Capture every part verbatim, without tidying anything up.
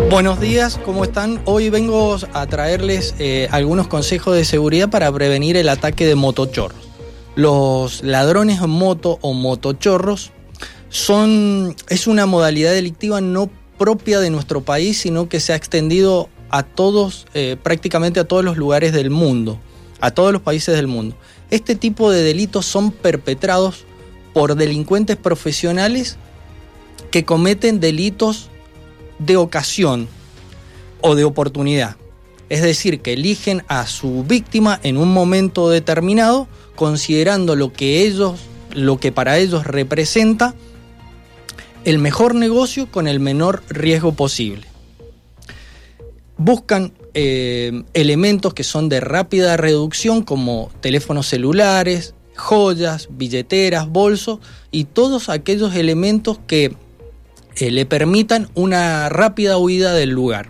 Buenos días, ¿cómo están? Hoy vengo a traerles eh, algunos consejos de seguridad para prevenir el ataque de motochorros. Los ladrones en moto o motochorros son, es una modalidad delictiva no propia de nuestro país, sino que se ha extendido a todos, eh, prácticamente a todos los lugares del mundo, a todos los países del mundo. Este tipo de delitos son perpetrados por delincuentes profesionales que cometen delitos de ocasión o de oportunidad. Es decir, que eligen a su víctima en un momento determinado, considerando lo que ellos, lo que para ellos representa el mejor negocio con el menor riesgo posible. Buscan eh, elementos que son de rápida reducción, como teléfonos celulares, joyas, billeteras, bolsos y todos aquellos elementos que eh, le permitan una rápida huida del lugar.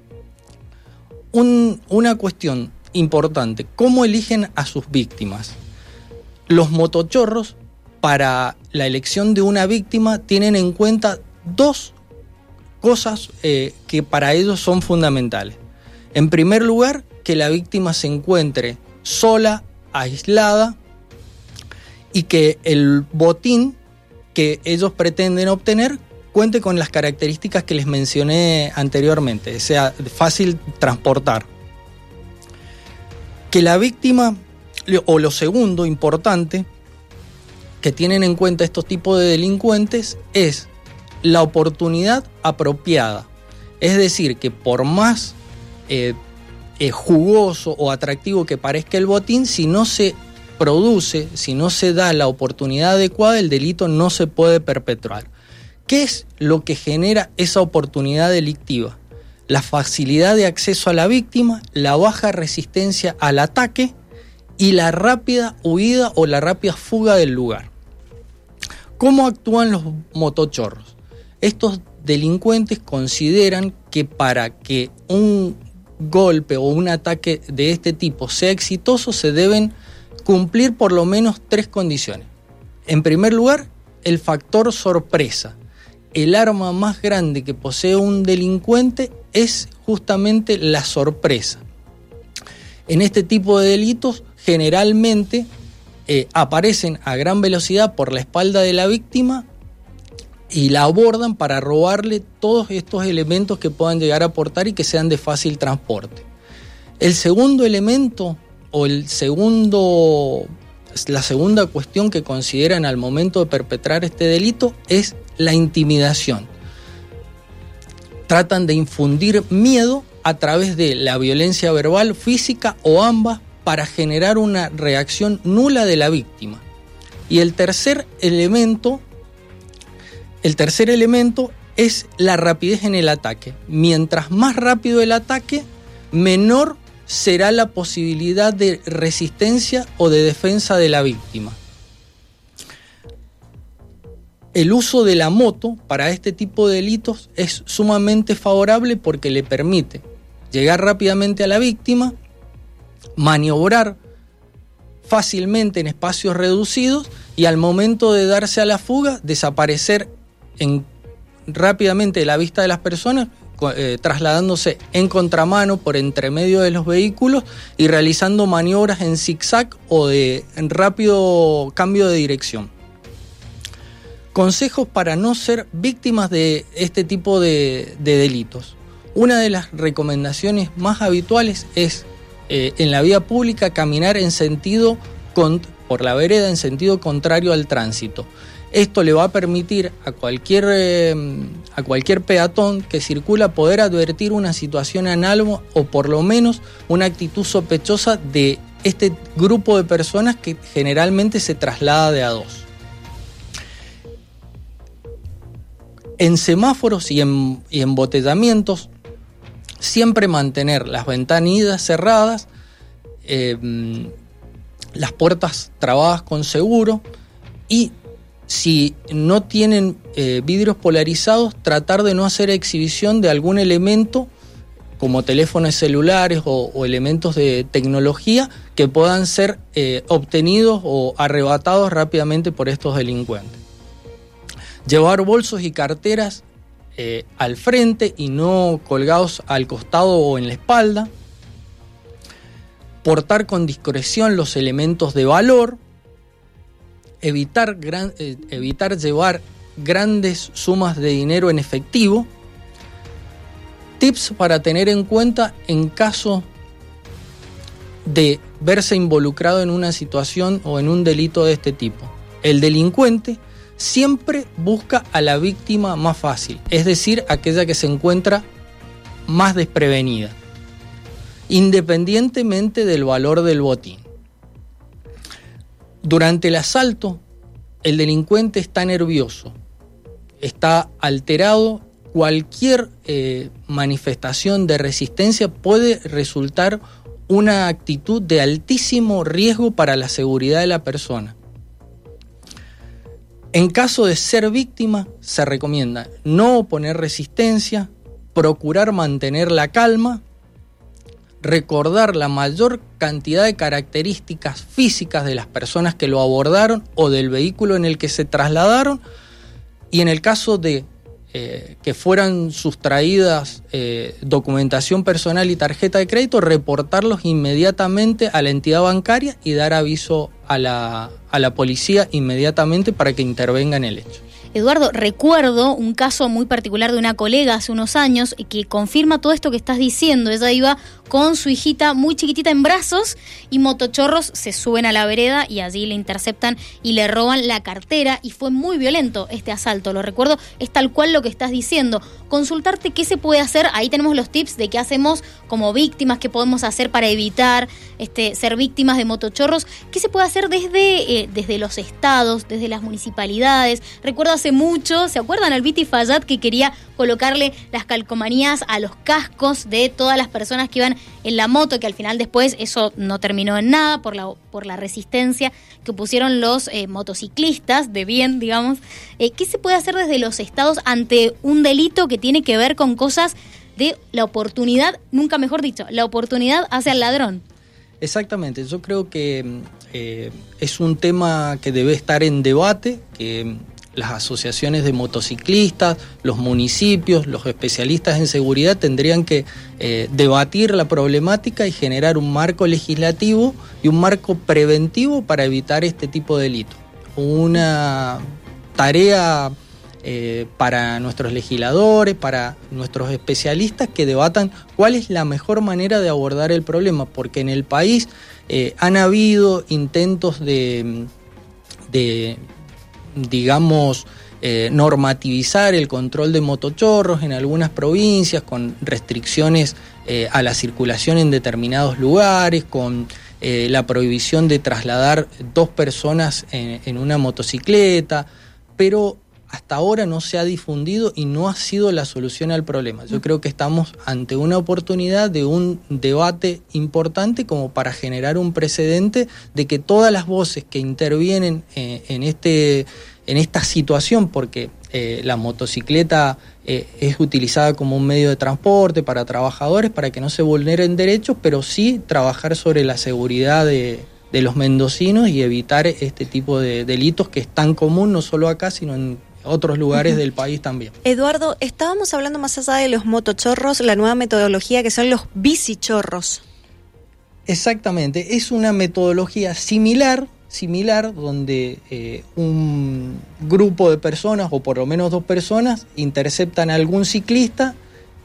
Un, una cuestión importante: ¿cómo eligen a sus víctimas? Los motochorros, para la elección de una víctima, tienen en cuenta dos cosas eh, que para ellos son fundamentales. En primer lugar, que la víctima se encuentre sola, aislada, y que el botín que ellos pretenden obtener cuente con las características que les mencioné anteriormente, sea fácil transportar. Que la víctima, o lo segundo importante que tienen en cuenta estos tipos de delincuentes, es la oportunidad apropiada. Es decir, que por más eh, eh, jugoso o atractivo que parezca el botín, si no se produce, si no se da la oportunidad adecuada, el delito no se puede perpetrar. ¿Qué es lo que genera esa oportunidad delictiva? La facilidad de acceso a la víctima, la baja resistencia al ataque y la rápida huida o la rápida fuga del lugar. ¿Cómo actúan los motochorros? Estos delincuentes consideran que para que un golpe o un ataque de este tipo sea exitoso, se deben cumplir por lo menos tres condiciones. En primer lugar, el factor sorpresa. El arma más grande que posee un delincuente es justamente la sorpresa. En este tipo de delitos, generalmente eh, aparecen a gran velocidad por la espalda de la víctima y la abordan para robarle todos estos elementos que puedan llegar a aportar y que sean de fácil transporte. El segundo elemento o el segundo, la segunda cuestión que consideran al momento de perpetrar este delito es la intimidación. Tratan de infundir miedo a través de la violencia verbal, física o ambas, para generar una reacción nula de la víctima. Y el tercer elemento, el tercer elemento es la rapidez en el ataque. Mientras más rápido el ataque, menor será la posibilidad de resistencia o de defensa de la víctima. El uso de la moto para este tipo de delitos es sumamente favorable porque le permite llegar rápidamente a la víctima, maniobrar fácilmente en espacios reducidos y al momento de darse a la fuga, desaparecer en, rápidamente de la vista de las personas, eh, trasladándose en contramano por entre medio de los vehículos y realizando maniobras en zigzag o de en rápido cambio de dirección. Consejos para no ser víctimas de este tipo de, de delitos. Una de las recomendaciones más habituales es eh, en la vía pública caminar en sentido con, por la vereda en sentido contrario al tránsito. Esto le va a permitir a cualquier, eh, a cualquier peatón que circula poder advertir una situación análoga o por lo menos una actitud sospechosa de este grupo de personas que generalmente se traslada de a dos. En semáforos y en y embotellamientos, siempre mantener las ventanillas cerradas, eh, las puertas trabadas con seguro y si no tienen eh, vidrios polarizados, tratar de no hacer exhibición de algún elemento como teléfonos celulares o, o elementos de tecnología que puedan ser eh, obtenidos o arrebatados rápidamente por estos delincuentes. Llevar bolsos y carteras eh, al frente y no colgados al costado o en la espalda. Portar con discreción los elementos de valor. Evitar, gran, eh, evitar llevar grandes sumas de dinero en efectivo. Tips para tener en cuenta en caso de verse involucrado en una situación o en un delito de este tipo. El delincuente siempre busca a la víctima más fácil, es decir, aquella que se encuentra más desprevenida, independientemente del valor del botín. Durante el asalto, el delincuente está nervioso, está alterado. Cualquier eh, manifestación de resistencia puede resultar una actitud de altísimo riesgo para la seguridad de la persona. En caso de ser víctima, se recomienda no oponer resistencia, procurar mantener la calma, recordar la mayor cantidad de características físicas de las personas que lo abordaron o del vehículo en el que se trasladaron, y en el caso de Eh, que fueran sustraídas eh, documentación personal y tarjeta de crédito, reportarlos inmediatamente a la entidad bancaria y dar aviso a la, a la policía inmediatamente para que intervenga en el hecho. Eduardo, recuerdo un caso muy particular de una colega hace unos años que confirma todo esto que estás diciendo. Ella iba con su hijita muy chiquitita en brazos y motochorros se suben a la vereda y allí le interceptan y le roban la cartera, y fue muy violento este asalto. Lo recuerdo, es tal cual lo que estás diciendo. Consultarte qué se puede hacer, ahí tenemos los tips de qué hacemos como víctimas, qué podemos hacer para evitar este, ser víctimas de motochorros, qué se puede hacer desde, eh, desde los estados, desde las municipalidades. Recuerdo hace mucho, ¿se acuerdan al Viti Fayad que quería colocarle las calcomanías a los cascos de todas las personas que iban en la moto, que al final después eso no terminó en nada por la, por la resistencia que pusieron los eh, motociclistas de bien, digamos? Eh, ¿Qué se puede hacer desde los estados ante un delito que tiene que ver con cosas de la oportunidad, nunca mejor dicho, la oportunidad hacia el ladrón? Exactamente, yo creo que eh, es un tema que debe estar en debate, que las asociaciones de motociclistas, los municipios, los especialistas en seguridad tendrían que eh, debatir la problemática y generar un marco legislativo y un marco preventivo para evitar este tipo de delitos. Una tarea eh, para nuestros legisladores, para nuestros especialistas que debatan cuál es la mejor manera de abordar el problema, porque en el país eh, han habido intentos de... de digamos, eh, normativizar el control de motochorros en algunas provincias, con restricciones eh, a la circulación en determinados lugares, con eh, la prohibición de trasladar dos personas en, en una motocicleta, pero hasta ahora no se ha difundido y no ha sido la solución al problema. Yo creo que estamos ante una oportunidad de un debate importante como para generar un precedente de que todas las voces que intervienen eh, en, este, en esta situación, porque eh, la motocicleta eh, es utilizada como un medio de transporte para trabajadores, para que no se vulneren derechos, pero sí trabajar sobre la seguridad de, de los mendocinos y evitar este tipo de delitos que es tan común no solo acá, sino en otros lugares uh-huh. del país también. Eduardo, estábamos hablando más allá de los motochorros, la nueva metodología que son los bicichorros. Exactamente, es una metodología similar, similar donde eh, un grupo de personas, o por lo menos dos personas, interceptan a algún ciclista,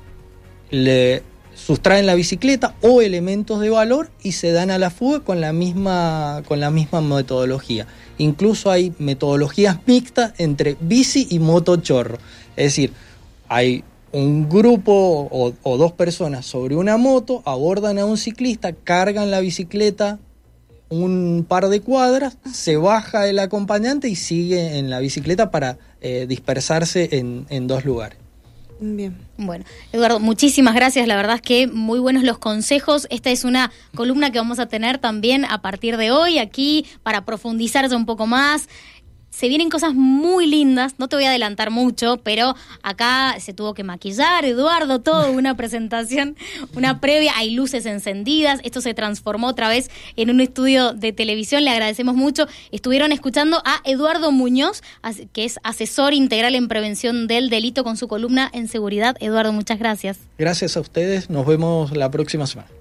le sustraen la bicicleta o elementos de valor y se dan a la fuga con la misma, con la misma metodología. Incluso hay metodologías mixtas entre bici y motochorro. Es decir, hay un grupo o, o dos personas sobre una moto, abordan a un ciclista, cargan la bicicleta un par de cuadras, se baja el acompañante y sigue en la bicicleta para eh, dispersarse en, en dos lugares. Bien. Bueno, Eduardo, muchísimas gracias. La verdad es que muy buenos los consejos. Esta es una columna que vamos a tener también a partir de hoy aquí para profundizar ya un poco más. Se vienen cosas muy lindas, no te voy a adelantar mucho, pero acá se tuvo que maquillar, Eduardo, todo, una presentación, una previa, hay luces encendidas, esto se transformó otra vez en un estudio de televisión, le agradecemos mucho. Estuvieron escuchando a Eduardo Muñoz, que es asesor integral en prevención del delito, con su columna en seguridad. Eduardo, muchas gracias. Gracias a ustedes, nos vemos la próxima semana.